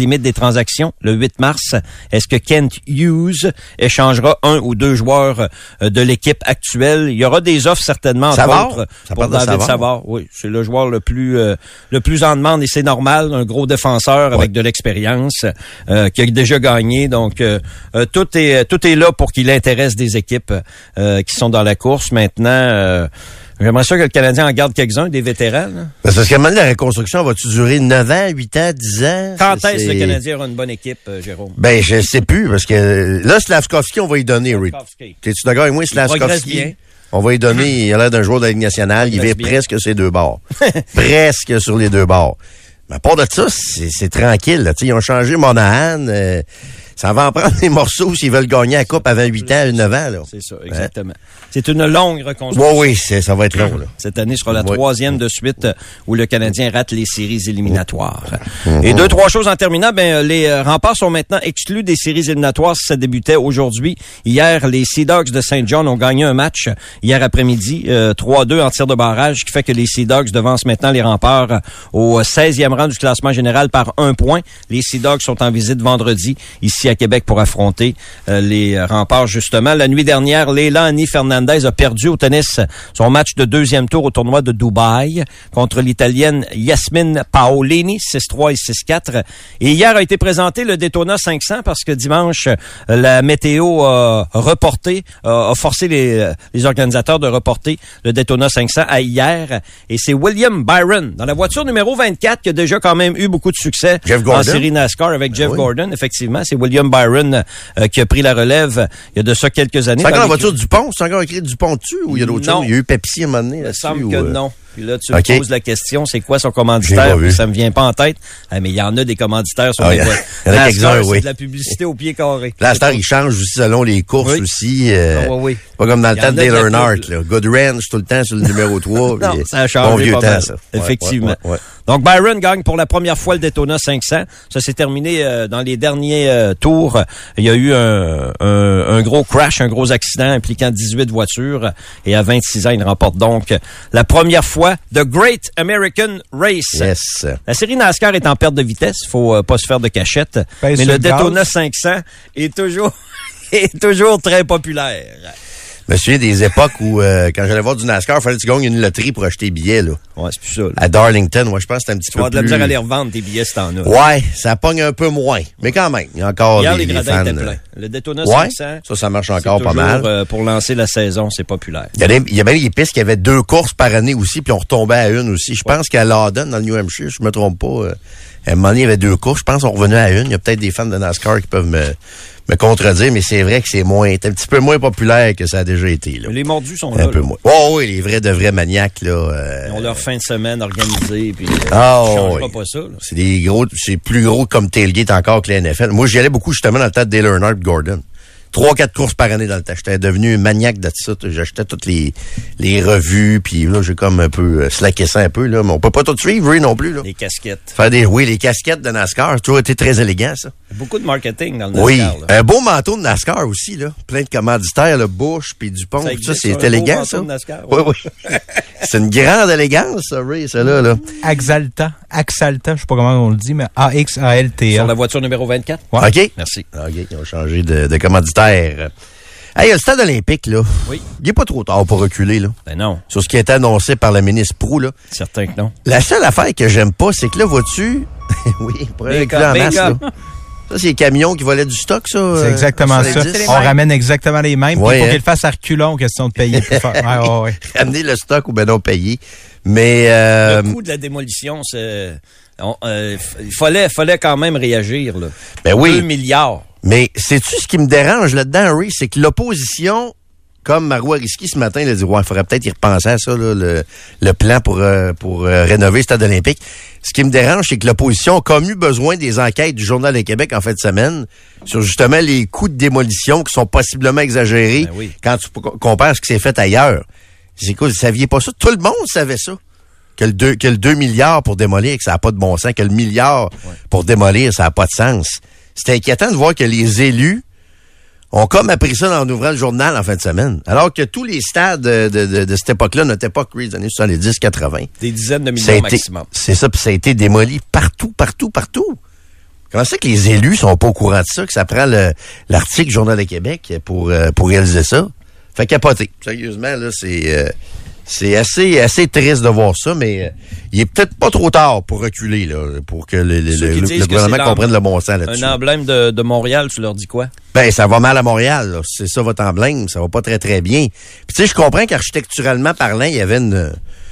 limite des transactions le huit mars. Est-ce que Kent Hughes échangera un ou deux joueurs euh, de l'équipe actuelle? Il y aura des offres certainement, entre Savard? autres, Ça pour parle de David Savard. Savard. Oui, c'est le joueur le plus euh, le plus en demande et c'est normal. Un gros défenseur Ouais. avec de l'expérience euh, qui a déjà gagné. Donc, euh, euh, tout est tout est là pour qu'il intéresse des équipes euh, qui sont dans la course. Maintenant, euh, j'aimerais ça que le Canadien en garde quelques-uns, des vétérans. Là. Parce qu'à un moment donné, la reconstruction va-tu durer neuf ans, huit ans, dix ans? Quand C'est- est-ce que le Canadien aura une bonne équipe, euh, Jérôme? Ben, je sais plus, parce que là, Slavkovski, on va y donner, Reed. Slavkovski. T'es-tu d'accord avec moi, progresse Slavkovski? bien. On va y donner, il a l'air d'un joueur de la Ligue nationale, il progresse vit bien. presque sur les deux bords. Presque sur les deux bords. Mais à part de ça, c'est, c'est tranquille, là. Tu sais, ils ont changé Monahan, euh, ça va en prendre des morceaux s'ils veulent gagner la coupe avant huit ans, neuf ans, là. C'est ça, exactement. C'est une longue reconstruction. Oui, oui, c'est, ça va être long, là. Cette année sera la Ouais. troisième de suite euh, où le Canadien rate les séries éliminatoires. Mm-hmm. Et deux, trois choses en terminant. Ben, les euh, remparts sont maintenant exclus des séries éliminatoires si ça débutait aujourd'hui. Hier, les Sea Dogs de Saint John ont gagné un match hier après-midi, euh, trois à deux en tir de barrage, ce qui fait que les Sea Dogs devancent maintenant les remparts euh, au seizième rang du classement général par un point. Les Sea Dogs sont en visite vendredi ici à Québec pour affronter euh, les euh, remparts, justement. La nuit dernière, Leilani Fernandez a perdu au tennis son match de deuxième tour au tournoi de Dubaï contre l'Italienne Yasmine Paolini, six trois et six quatre. Et hier a été présenté le Daytona cinq cents parce que dimanche, euh, la météo a reporté, euh, a forcé les, les organisateurs de reporter le Daytona cinq cents à hier. Et c'est William Byron, dans la voiture numéro vingt-quatre, qui a déjà quand même eu beaucoup de succès Jeff en Gordon. série NASCAR avec Jeff oui. Gordon. Effectivement, c'est William Byron euh, qui a pris la relève il y a de ça quelques années. C'est encore Dans la voiture l'équipe- Dupont? C'est encore écrit Dupont dessus ou il y a d'autres Non. choses? Il y a eu Pepsi à un moment donné Il me là-dessus? semble ou, que euh, non. Puis là, tu OK. me poses la question, c'est quoi son J'ai commanditaire? pas vu. Puis ça me vient pas en tête. Ah, mais il y en a des commanditaires sur Ah, les il y en a- voies. il y en a NASCAR, quelques-uns, c'est oui. de la publicité au pied carré. Là, à cette heure, ils changent aussi selon les courses Oui. aussi. Euh, Ah, oui, oui. Pas comme dans le Il y temps en de a de Dale la Earnhardt, pub, là. Good Ranch tout le temps sur le numéro trois. Non, puis ça a changé bon vieux pas temps, mal, ça. effectivement. Ouais, ouais, ouais. Donc, Byron gagne pour la première fois le Daytona cinq cents. Ça s'est terminé euh, dans les derniers euh, tours. Il y a eu un, un, un gros crash, un gros accident impliquant dix-huit voitures. Et à vingt-six ans, il remporte donc la première fois The Great American Race. Yes. La série NASCAR est en perte de vitesse. Il faut euh, pas se faire de cachette. Pèse mais sur le le gaz. Daytona cinq cents est toujours, est toujours très populaire. Je me souviens des époques où, euh, quand j'allais voir du NASCAR, il fallait que tu gagnes une loterie pour acheter des billets, là. Ouais, c'est plus ça. là. À Darlington, moi, je pense que c'était un petit Tu vas peu avoir de la plus... misère à les revendre, tes billets, si t'en as. Ouais, ça pogne un peu moins. Mais quand même, il y a encore Hier, des, les des gradins fans. étaient euh, pleins. Le Daytona Ouais, cinq cents, ça, ça marche c'est encore pas toujours, mal. euh, pour lancer la saison, c'est populaire. Il y, a des, il y a bien des pistes qui avaient deux courses par année aussi, puis on retombait à une aussi. Je pense qu'à Lawton, dans le New Hampshire, je me trompe pas, euh, à un moment donné, il y avait deux courses. Je pense qu'on revenait à une. Il y a peut-être des fans de NASCAR qui peuvent me, me contredire, mais c'est vrai que c'est moins, c'est un petit peu moins populaire que ça a déjà été, là. Les mordus sont Un là. peu là. moins. Oh oui, les vrais de vrais maniaques, là. euh, Ils ont leur fin de semaine organisée, puis euh, Ah, ils changera oui. pas ça. là. C'est des gros, c'est plus gros comme tailgate encore que la N F L. Moi, j'y allais beaucoup justement dans le temps de Dale Earnhardt Gordon. Trois, quatre courses par année dans le temps. J'étais devenu maniaque de ça. J'achetais toutes les, les revues, puis là, j'ai comme un peu euh, slacké ça un peu, là. Mais on peut pas tout suivre, oui, non plus, là. Les casquettes. Faire des, oui, les casquettes de NASCAR, ça a toujours été très élégant, ça. Beaucoup de marketing dans le Oui. NASCAR. là. Un beau manteau de NASCAR aussi, là. Plein de commanditaires, le Bush, puis Dupont. Ça tout Ça, existe, c'est un beau élégant, manteau ça. de NASCAR, Oui, ouais. oui. C'est une grande élégance, ça, Ray, ça, là, là. Axalta. Axalta, je sais pas comment on le dit, mais A X A L T A. Sur la voiture numéro vingt-quatre. Ouais. OK? Merci. OK, ils ont changé de, de commanditaire. Hey, le stade olympique, là. Oui. Il est pas trop tard pour reculer, là. Ben non, Sur ce qui a été annoncé par le ministre Proulx, là. certain que non. La seule affaire que j'aime pas, c'est que là, vois-tu... oui, pour Big reculer en up, masse, big là. up. Ça, c'est les camions qui volaient du stock, ça. C'est euh, exactement sur ça. les dix. On ramène exactement les mêmes. puis Ouais, il faut hein. qu'ils le fassent à reculons, question de payer plus fort. Ouais, ouais, ouais. Ramener le stock ou ben non payé. Mais... Euh, Le coût de la démolition, c'est... on- euh, f- il fallait, fallait quand même réagir, là. ben oui. Deux milliards. Mais sais-tu ce qui me dérange là-dedans, Ray? C'est que l'opposition... Comme Marois Risky ce matin, il a dit, ouais, il faudrait peut-être y repenser à ça, là, le, le plan pour, euh, pour euh, rénover le stade olympique. Ce qui me dérange, c'est que l'opposition a comme eu besoin des enquêtes du Journal de Québec en fin de semaine sur justement les coûts de démolition qui sont possiblement exagérés Ben oui. quand tu p- compares ce qui s'est fait ailleurs. C'est quoi, vous saviez pas ça? Tout le monde savait ça. Que le deux, que le deux milliards pour démolir, que ça n'a pas de bon sens, que le milliard pour démolir, ça n'a pas de sens. C'est inquiétant de voir que les élus ont comme appris ça en ouvrant le journal en fin de semaine. Alors que tous les stades de, de, de, de cette époque-là n'étaient pas créés des années soixante-dix quatre-vingts. Des dizaines de Ça a millions été- maximum. C'est ça, puis ça a été démoli partout, partout, partout. Comment c'est que les élus sont pas au courant de ça, que ça prend le, l'article Journal de Québec pour, euh, pour réaliser ça? Fait capoter. Sérieusement, là, c'est, euh, c'est assez, assez triste de voir ça, mais euh, il est peut-être pas trop tard pour reculer, là, pour que le, le, le, le gouvernement comprenne le bon sens là-dessus. Un emblème de, de Montréal, tu leur dis quoi? Ben, ça va mal à Montréal, là. C'est ça votre emblème. Ça va pas très, très bien. Puis tu sais, je comprends qu'architecturalement parlant, il y avait une,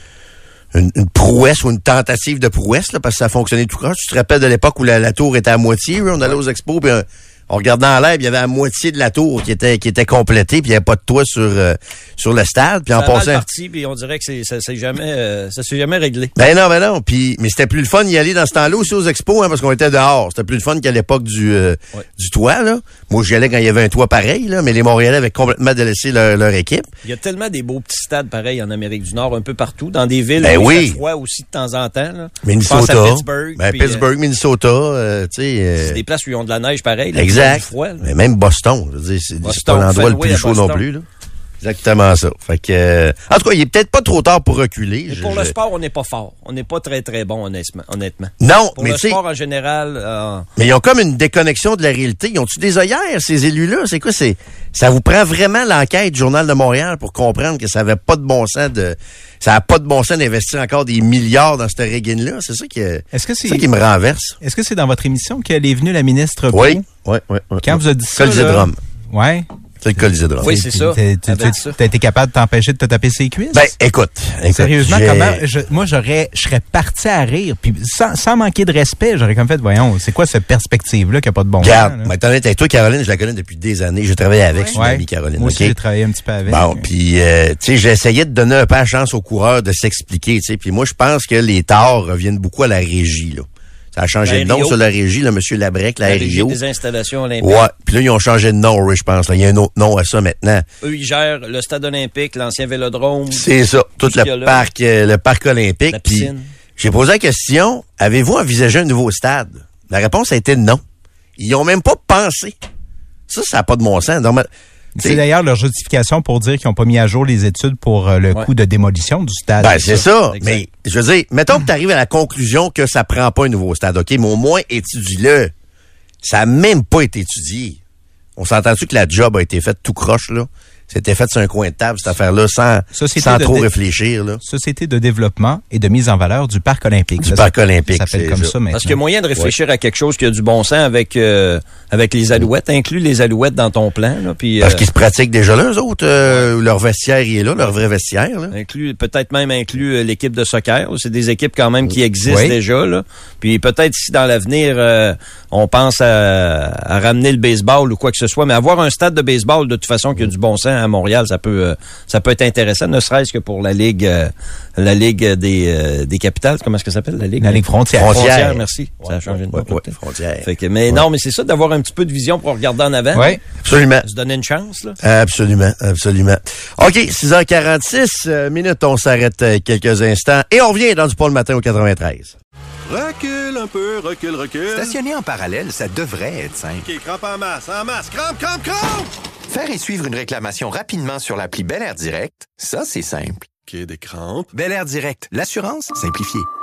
une, une prouesse ou une tentative de prouesse, là, parce que ça fonctionnait tout croche. Tu te rappelles de l'époque où la, la tour était à moitié, oui, on allait aux expos, puis euh, on regardait en l'air, il y avait la moitié de la tour qui était qui était complétée, puis il n'y avait pas de toit sur euh, sur le stade, puis en passant. Mal parti, puis on dirait que c'est ça c'est jamais euh, ça s'est jamais réglé. Ben non, ben non, puis mais c'était plus le fun d'y aller dans ce temps-là aussi aux expos, hein, parce qu'on était dehors. C'était plus le fun qu'à l'époque du euh, ouais. du toit, là. Moi, j'y allais quand il y avait un toit pareil, là, mais les Montréalais avaient complètement délaissé leur, leur équipe. Il y a tellement des beaux petits stades pareils en Amérique du Nord, un peu partout, dans des villes ben où oui. il fait froid aussi de temps en temps. Là. Minnesota, je pense à Pittsburgh, ben, puis, Pittsburgh, euh, Minnesota, euh, tu sais. Euh, c'est des places où ils ont de la neige pareil. Là, exact. Du froid, là. Mais même Boston, je veux dire, c'est, Boston, c'est pas l'endroit le plus chaud non plus, là. Exactement ça. Fait que, euh, en tout cas, il est peut-être pas trop tard pour reculer. Mais je, pour je... le sport, on n'est pas fort. On n'est pas très, très bon, honnêtement. honnêtement. Non, pour mais le tu sais. sport en général. Euh... Mais ils ont comme une déconnexion de la réalité. Ils ont-tu des œillères, ces élus-là? C'est quoi? C'est, ça vous prend vraiment l'enquête du Journal de Montréal pour comprendre que ça avait pas de bon sens de, ça a pas de bon sens d'investir encore des milliards dans cette régine-là. C'est ça qui, est-ce que c'est, c'est ça qui me renverse. Est-ce que c'est dans votre émission qu'elle est venue la ministre? Oui, oui, oui. Quand vous avez dit ça. Colisée de Rome. Ouais. C'est le Colisée de Rome. Oui, c'est ça. T'as été capable de t'empêcher de te taper ses cuisses? Ben, écoute. écoute Sérieusement, comment, je, moi, j'aurais, je serais parti à rire, puis sans, sans manquer de respect, j'aurais comme fait, voyons, c'est quoi cette perspective-là qui a pas de bon sens? Regarde, mais t'en es avec toi, Caroline, je la connais depuis des années. J'ai travaillé avec, ouais. Son amie Caroline. Moi aussi, okay? j'ai travaillé un petit peu avec. Bon, puis, euh, tu sais, j'ai essayé de donner un peu la chance aux coureurs de s'expliquer, tu sais. Puis moi, je pense que les torts reviennent beaucoup à la régie, là. Ça a changé de nom sur la régie, là, M. Labrec, la, la régie Rio. Des installations olympiques. Ouais. Puis là, ils ont changé de nom, oui, je pense. Là. Il y a un autre nom à ça maintenant. Eux, ils gèrent le stade olympique, l'ancien vélodrome. C'est ça. Tout, tout le parc, euh, le parc olympique. La piscine. Puis, j'ai posé la question, avez-vous envisagé un nouveau stade? La réponse a été non. Ils ont même pas pensé. Ça, ça n'a pas de bon sens. Normal. C'est T'sais, d'ailleurs leur justification pour dire qu'ils n'ont pas mis à jour les études pour euh, le ouais. coût de démolition du stade. Ben, c'est ça. ça. Mais, je veux dire, mettons que tu arrives à la conclusion que ça prend pas un nouveau stade, OK? Mais au moins, étudie-le. Ça n'a même pas été étudié. On s'entend-tu que la job a été faite tout croche, là? C'était fait sur un coin de table, cette affaire-là, sans, sans trop dé- réfléchir. Là. Société de développement et de mise en valeur du parc olympique. Du ça, parc olympique. Ça s'appelle comme ça maintenant. Parce qu'il y a moyen de réfléchir ouais. à quelque chose qui a du bon sens avec euh, avec les Alouettes. Inclus les Alouettes dans ton plan. Là, puis, Parce euh, qu'ils se pratiquent déjà là, eux autres. Euh, leur vestiaire, il est là, leur vrai vestiaire. Là. Inclus, peut-être même inclus euh, l'équipe de soccer. C'est des équipes quand même qui existent oui. déjà. Là. Puis peut-être si dans l'avenir, euh, on pense à, à ramener le baseball ou quoi que ce soit. Mais avoir un stade de baseball, de toute façon, qui a du bon sens à Montréal, ça peut Euh, ça peut être intéressant, ne serait-ce que pour la Ligue euh, la Ligue des, euh, des capitales. Comment est-ce que ça s'appelle, la Ligue? La Ligue Frontière. Frontière, Frontière merci. Ouais, ça a changé de nom. Ouais, ouais, Frontière. Fait que, mais ouais. non, mais c'est ça, d'avoir un petit peu de vision pour regarder en avant. Oui, absolument. Se donner une chance, là. Absolument, absolument. OK, six heures quarante-six euh, minutes, on s'arrête euh, quelques instants et on revient dans du Pôle Matin au quatre-vingt-treize. Recule un peu, recule, recule. Stationner en parallèle, ça devrait être simple. OK, crampe en masse, en masse, crampe, crampe, crampe! Faire et suivre une réclamation rapidement sur l'appli Bel Air Direct, ça, c'est simple. OK, des crampes. Bel Air Direct, l'assurance simplifiée.